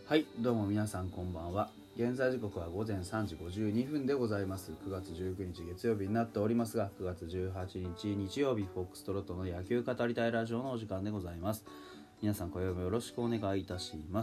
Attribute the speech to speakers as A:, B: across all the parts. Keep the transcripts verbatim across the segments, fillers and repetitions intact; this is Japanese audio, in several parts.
A: はい、どうも皆さんこんばんは。現在時刻は午前さんじごじゅうにふんでございます。くがつじゅうくにち月曜日になっておりますが、くがつじゅうはちにち日曜日、フォックストロットの野球語りたいラジオのお時間でございます。皆さん今夜もよろしくお願いいたします。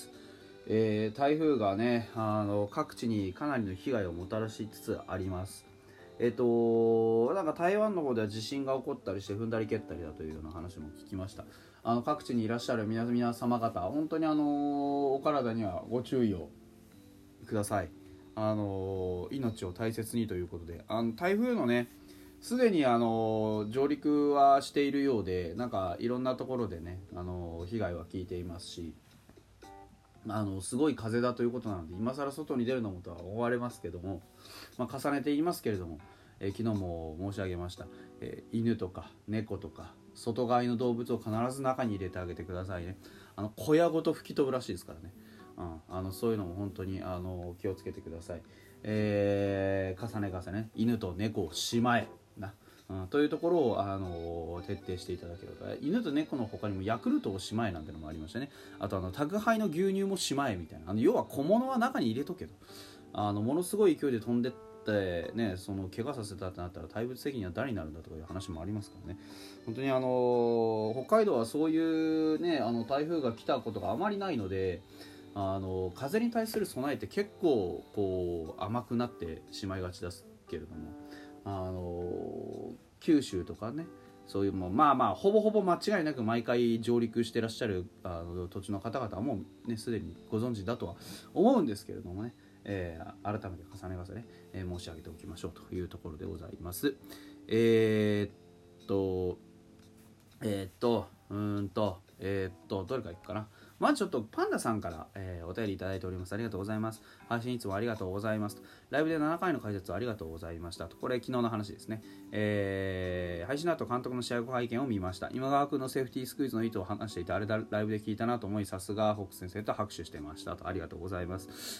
A: えー、台風がね、あの各地にかなりの被害をもたらしつつあります。えっと、なんか台湾の方では地震が起こったりして踏んだり蹴ったりだというような話も聞きました。あの各地にいらっしゃる皆皆様方、本当にあのお体にはご注意をください。あの命を大切にということで、あの台風のね、すでにあの上陸はしているようで、なんかいろんなところでね、あの被害は聞いていますし、あのすごい風だということなので今更外に出るのもとは思われますけども、まあ、重ねて言いますけれども、えー、昨日も申し上げました、えー、犬とか猫とか外飼いの動物を必ず中に入れてあげてくださいね。あの小屋ごと吹き飛ぶらしいですからね、うん、あのそういうのも本当にあの気をつけてください。えー、重ね重ね犬と猫をしまえな、うん、というところを、あのー、徹底していただければ。犬と猫の他にもヤクルトをしまえなんてのもありましたね。あとあの宅配の牛乳もしまえみたいな、あの要は小物は中に入れとけと、あのものすごい勢いで飛んでってね、その怪我させたってなったら対物責任は誰になるんだとかいう話もありますからね。本当にあのー、北海道はそういうね、あの台風が来たことがあまりないので、あの風に対する備えって結構こう甘くなってしまいがちですけれども、あの九州とかね、そういうもうまあまあほぼほぼ間違いなく毎回上陸してらっしゃるあの土地の方々はもうねすでにご存知だとは思うんですけれどもね、えー、改めて重ね重ね、えー、申し上げておきましょうというところでございます。えー、っとえー、っとうーんとえー、っとどれからいくかな。まずちょっとパンダさんから、えー、お便りいただいております。ありがとうございます。配信いつもありがとうございます。ライブでななかいの解説ありがとうございましたと。これ昨日の話ですね。えー、配信の後監督の試合後拝見を見ました。今川君のセーフティースクイズの意図を話していて、あれだライブで聞いたなと思い、さすがホークス先生と拍手してましたと。ありがとうございます。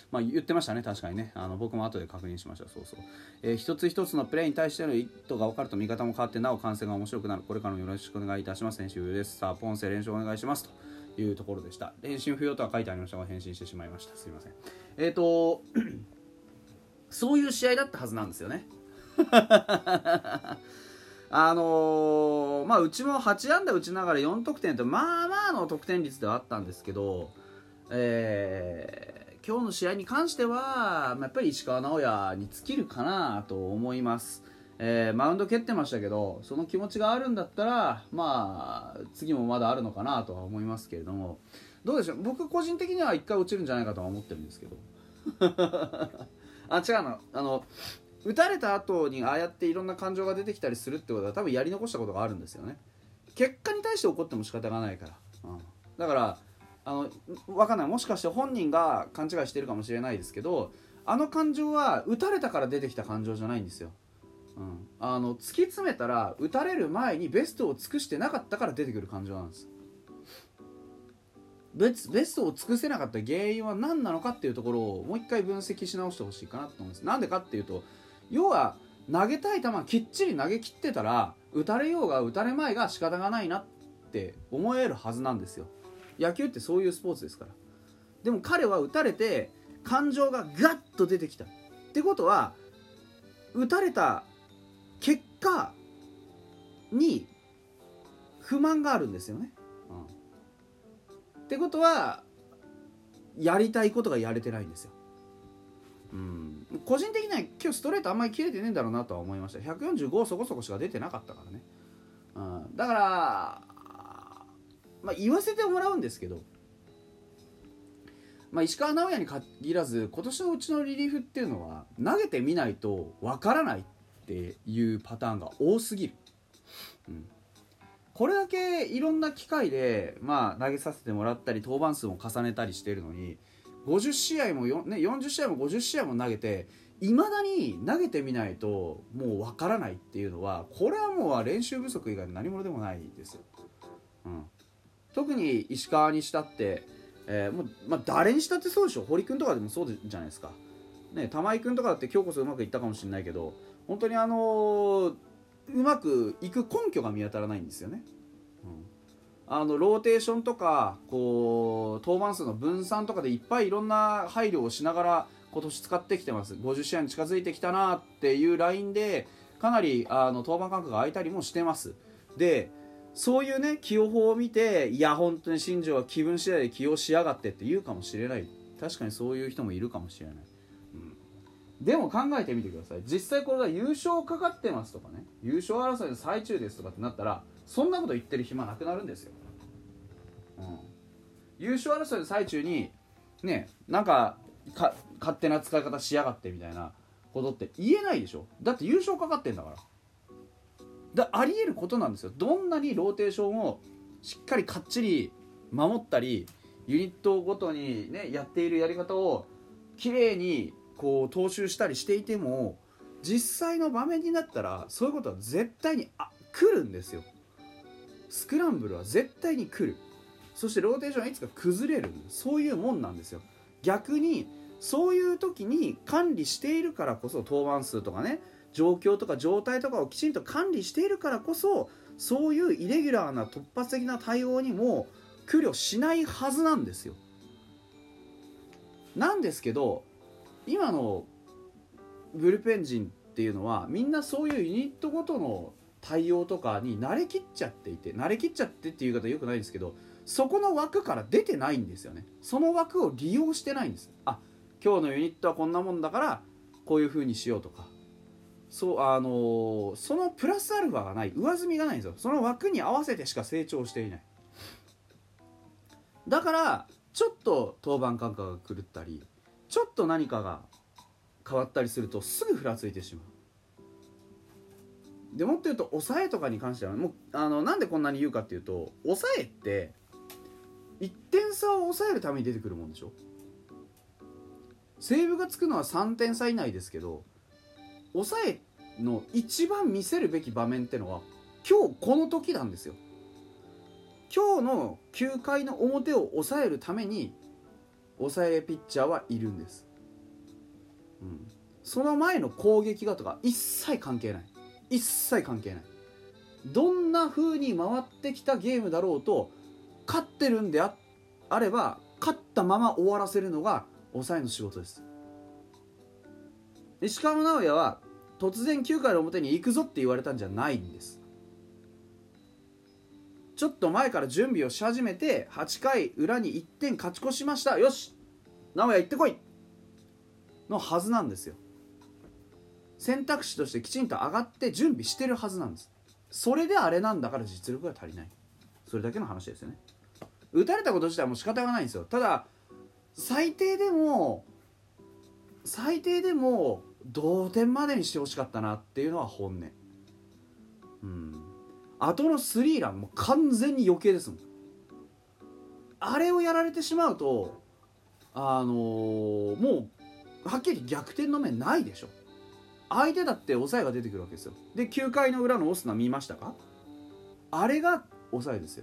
A: まあ言ってましたね、確かにね。あの僕も後で確認しました。そうそう。えー、一つ一つのプレーに対しての意図が分かると見方も変わって、なお観戦が面白くなる。これからもよろしくお願いいたします。練習です。さあ、ポンセ練習お願いしますというところでした。返信不要とは書いてありましたが返信してしまいました。すいません。えっ、ー、とそういう試合だったはずなんですよね。あのー、まあうちもはちあんだ打ちながらよんとくてんとまあまあの得点率ではあったんですけど、えー、今日の試合に関してはやっぱり石川直也に尽きるかなと思います。えー、マウンド蹴ってましたけど、その気持ちがあるんだったらまあ次もまだあるのかなとは思いますけれども、どうでしょう。僕個人的にはいっかい落ちるんじゃないかとは思ってるんですけどあ、違うの、あの打たれた後にああやっていろんな感情が出てきたりするってことは多分やり残したことがあるんですよね。結果に対して怒っても仕方がないから、うん、だからあの分かんない、もしかして本人が勘違いしてるかもしれないですけど、あの感情は打たれたから出てきた感情じゃないんですよ。うん、あの突き詰めたら打たれる前にベストを尽くしてなかったから出てくる感情なんです。ベスベストを尽くせなかった原因は何なのかっていうところをもう一回分析し直してほしいかなと思うんです。なんでかっていうと、要は投げたい球きっちり投げ切ってたら打たれようが打たれまいが仕方がないなって思えるはずなんですよ。野球ってそういうスポーツですから。でも彼は打たれて感情がガッと出てきたってことは、打たれた結果に不満があるんですよね、うん、ってことはやりたいことがやれてないんですよ。うん、個人的には今日ストレートあんまり切れてねえんだろうなとは思いました。ひゃくよんじゅうごそこそこしか出てなかったからね、うん、だからまあ言わせてもらうんですけど、まあ、石川直也に限らず今年のうちのリリーフっていうのは投げてみないとわからないっていうパターンが多すぎる、うん、これだけいろんな機会で、まあ、投げさせてもらったり登板数も重ねたりしているのにごじゅっしあいもよ、ね、よんじゅっしあいもごじゅっしあいも投げていまだに投げてみないともうわからないっていうのは、これはもう練習不足以外何者でもないですよ、うん、特に石川にしたって、えーもうまあ、誰にしたってそうでしょ。堀君とかでもそうじゃないですか、ね、玉井君とかだって今日こそうまくいったかもしれないけど、本当にあのー、うまくいく根拠が見当たらないんですよね、うん、 あのローテーションとかこう登板数の分散とかでいっぱいいろんな配慮をしながら今年使ってきてます。ごじゅっ試合に近づいてきたなっていうラインでかなりあの登板間隔が空いたりもしてます。でそういうね起用法を見て、いや本当に新庄は気分次第で起用しやがってって言うかもしれない。確かにそういう人もいるかもしれない、うん、でも考えてみてください。実際これが優勝かかってますとかね、優勝争いの最中ですとかってなったらそんなこと言ってる暇なくなるんですよ、うん、優勝争いの最中にね、なんかか勝手な使い方しやがってみたいなことって言えないでしょ。だって優勝かかってんだからだあり得ることなんですよ。どんなにローテーションをしっかりかっちり守ったりユニットごとに、ね、やっているやり方をきれいにこう踏襲したりしていても、実際の場面になったらそういうことは絶対にあ来るんですよ。スクランブルは絶対に来る。そしてローテーションはいつか崩れる。そういうもんなんですよ。逆にそういう時に管理しているからこそ、登板数とかね、状況とか状態とかをきちんと管理しているからこそ、そういうイレギュラーな突発的な対応にも苦慮しないはずなんですよ。なんですけど今のブルペン陣っていうのはみんなそういうユニットごとの対応とかに慣れきっちゃっていて、慣れきっちゃってっていう言い方よくないですけど、そこの枠から出てないんですよね。その枠を利用してないんです。あ、今日のユニットはこんなもんだからこういう風にしようとか、そうあのー、そのプラスアルファがない、上積みがないんですよ。その枠に合わせてしか成長していない。だからちょっと登板間隔が狂ったり、ちょっと何かが変わったりするとすぐふらついてしまう。でもっと言うと抑えとかに関してはもうあのなんでこんなに言うかっていうと、抑えっていってん差を抑えるために出てくるもんでしょ。セーブがつくのはさんてん差以内ですけど、抑えの一番見せるべき場面ってのは今日この時なんですよ。今日のきゅうかいの表を抑えるために抑えピッチャーはいるんです、うん、その前の攻撃がとか一切関係ない。一切関係ない。どんな風に回ってきたゲームだろうと、勝ってるんで あ, あれば勝ったまま終わらせるのが抑えの仕事です。石川直也は突然きゅうかいの表に行くぞって言われたんじゃないんです。ちょっと前から準備をし始めてはちかい裏にいってん勝ち越しました、よし直也行ってこいのはずなんですよ。選択肢としてきちんと上がって準備してるはずなんです。それであれなんだから実力が足りない、それだけの話ですよね。打たれたこと自体はもう仕方がないんですよ。ただ最低でも最低でも同点までにしてほしかったなっていうのは本音。うん後のスリーランも完全に余計ですもん。あれをやられてしまうとあのー、もうはっきり逆転の面ないでしょ。相手だって抑えが出てくるわけですよ。できゅうかいの裏のオスナ見ましたか。あれが抑えですよ、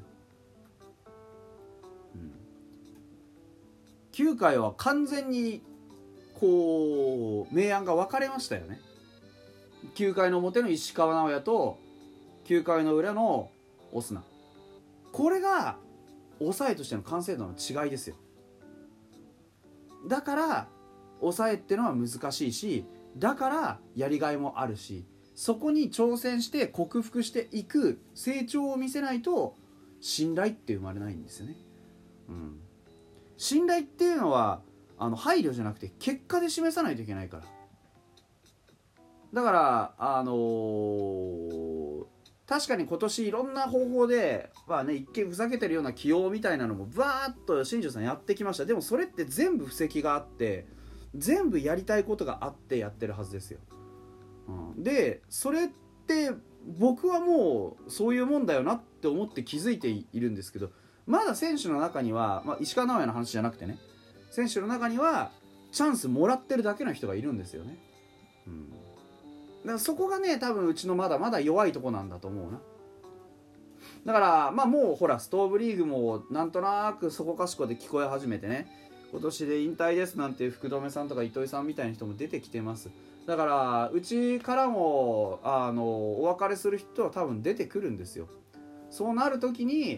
A: うん、きゅうかいは完全にこう明暗が分かれましたよね。きゅうかいの表の石川直也ときゅうかいの裏のオスナ、これが抑えとしての完成度の違いですよ。だから抑えってのは難しいし、だからやりがいもあるし、そこに挑戦して克服していく成長を見せないと信頼って生まれないんですよね、うん、信頼っていうのはあの配慮じゃなくて結果で示さないといけないから。だからあのー、確かに今年いろんな方法で、まあね、一見ふざけてるような起用みたいなのもバーッと新庄さんやってきました。でもそれって全部布石があって全部やりたいことがあってやってるはずですよ、うん、でそれって僕はもうそういうもんだよなって思って気づいているんですけど、まだ選手の中には、まあ、石川直也の話じゃなくてね、選手の中にはチャンスもらってるだけの人がいるんですよね、うん、だからそこがね多分うちのまだまだ弱いとこなんだと思うな。だからまあもうほらストーブリーグもなんとなくそこかしこで聞こえ始めてね、今年で引退ですなんていう福留さんとか糸井さんみたいな人も出てきてます。だからうちからもあのお別れする人は多分出てくるんですよ。そうなる時に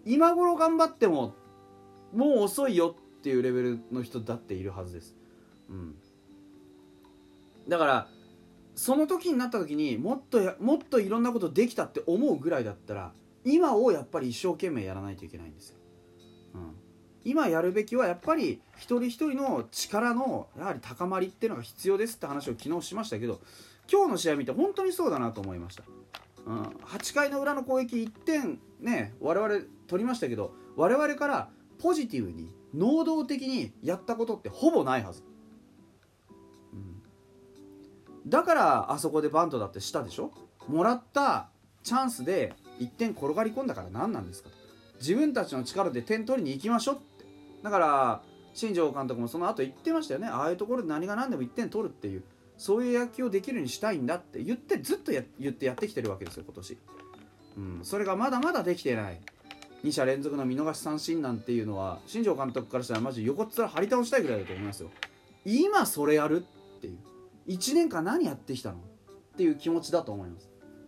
A: 今頃頑張ってももう遅いよっていうレベルの人だっているはずです、うん、だからその時になった時にもっとやもっといろんなことできたって思うぐらいだったら今をやっぱり一生懸命やらないといけないんですよ、うん、今やるべきはやっぱり一人一人の力のやはり高まりっていうのが必要ですって話を昨日しましたけど、今日の試合見て本当にそうだなと思いました、うん、はちかいの裏の攻撃いってんね我々取りましたけど、我々からポジティブに能動的にやったことってほぼないはず、うん、だからあそこでバントだってしたでしょ。もらったチャンスでいってん転がり込んだから何なんですかと、自分たちの力で点取りに行きましょうって。だから新庄監督もその後言ってましたよね。ああいうところで何が何でもいってん取るっていう、そういう野球をできるようにしたいんだって言ってずっとや言ってやってきてるわけですよ今年、うん、それがまだまだできてない。に者連続の見逃し三振なんていうのは新庄監督からしたらマジ横っ面張り倒したいぐらいだと思いますよ。今それやるっていう、いちねんかん何やってきたのっていう気持ちだと思います、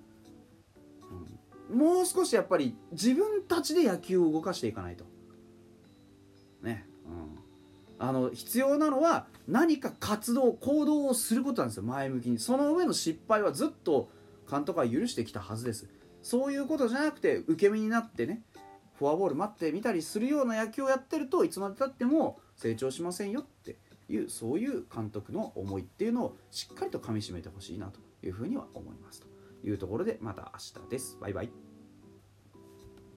A: うん、もう少しやっぱり自分たちで野球を動かしていかないとね、うん、あの必要なのは何か活動行動をすることなんですよ、前向きに。その上の失敗はずっと監督は許してきたはずです。そういうことじゃなくて受け身になってね、フォアボール待ってみたりするような野球をやってるといつまでたっても成長しませんよっていう、そういう監督の思いっていうのをしっかりとかみしめてほしいなというふうには思いますというところで、また明日です。バイバイ。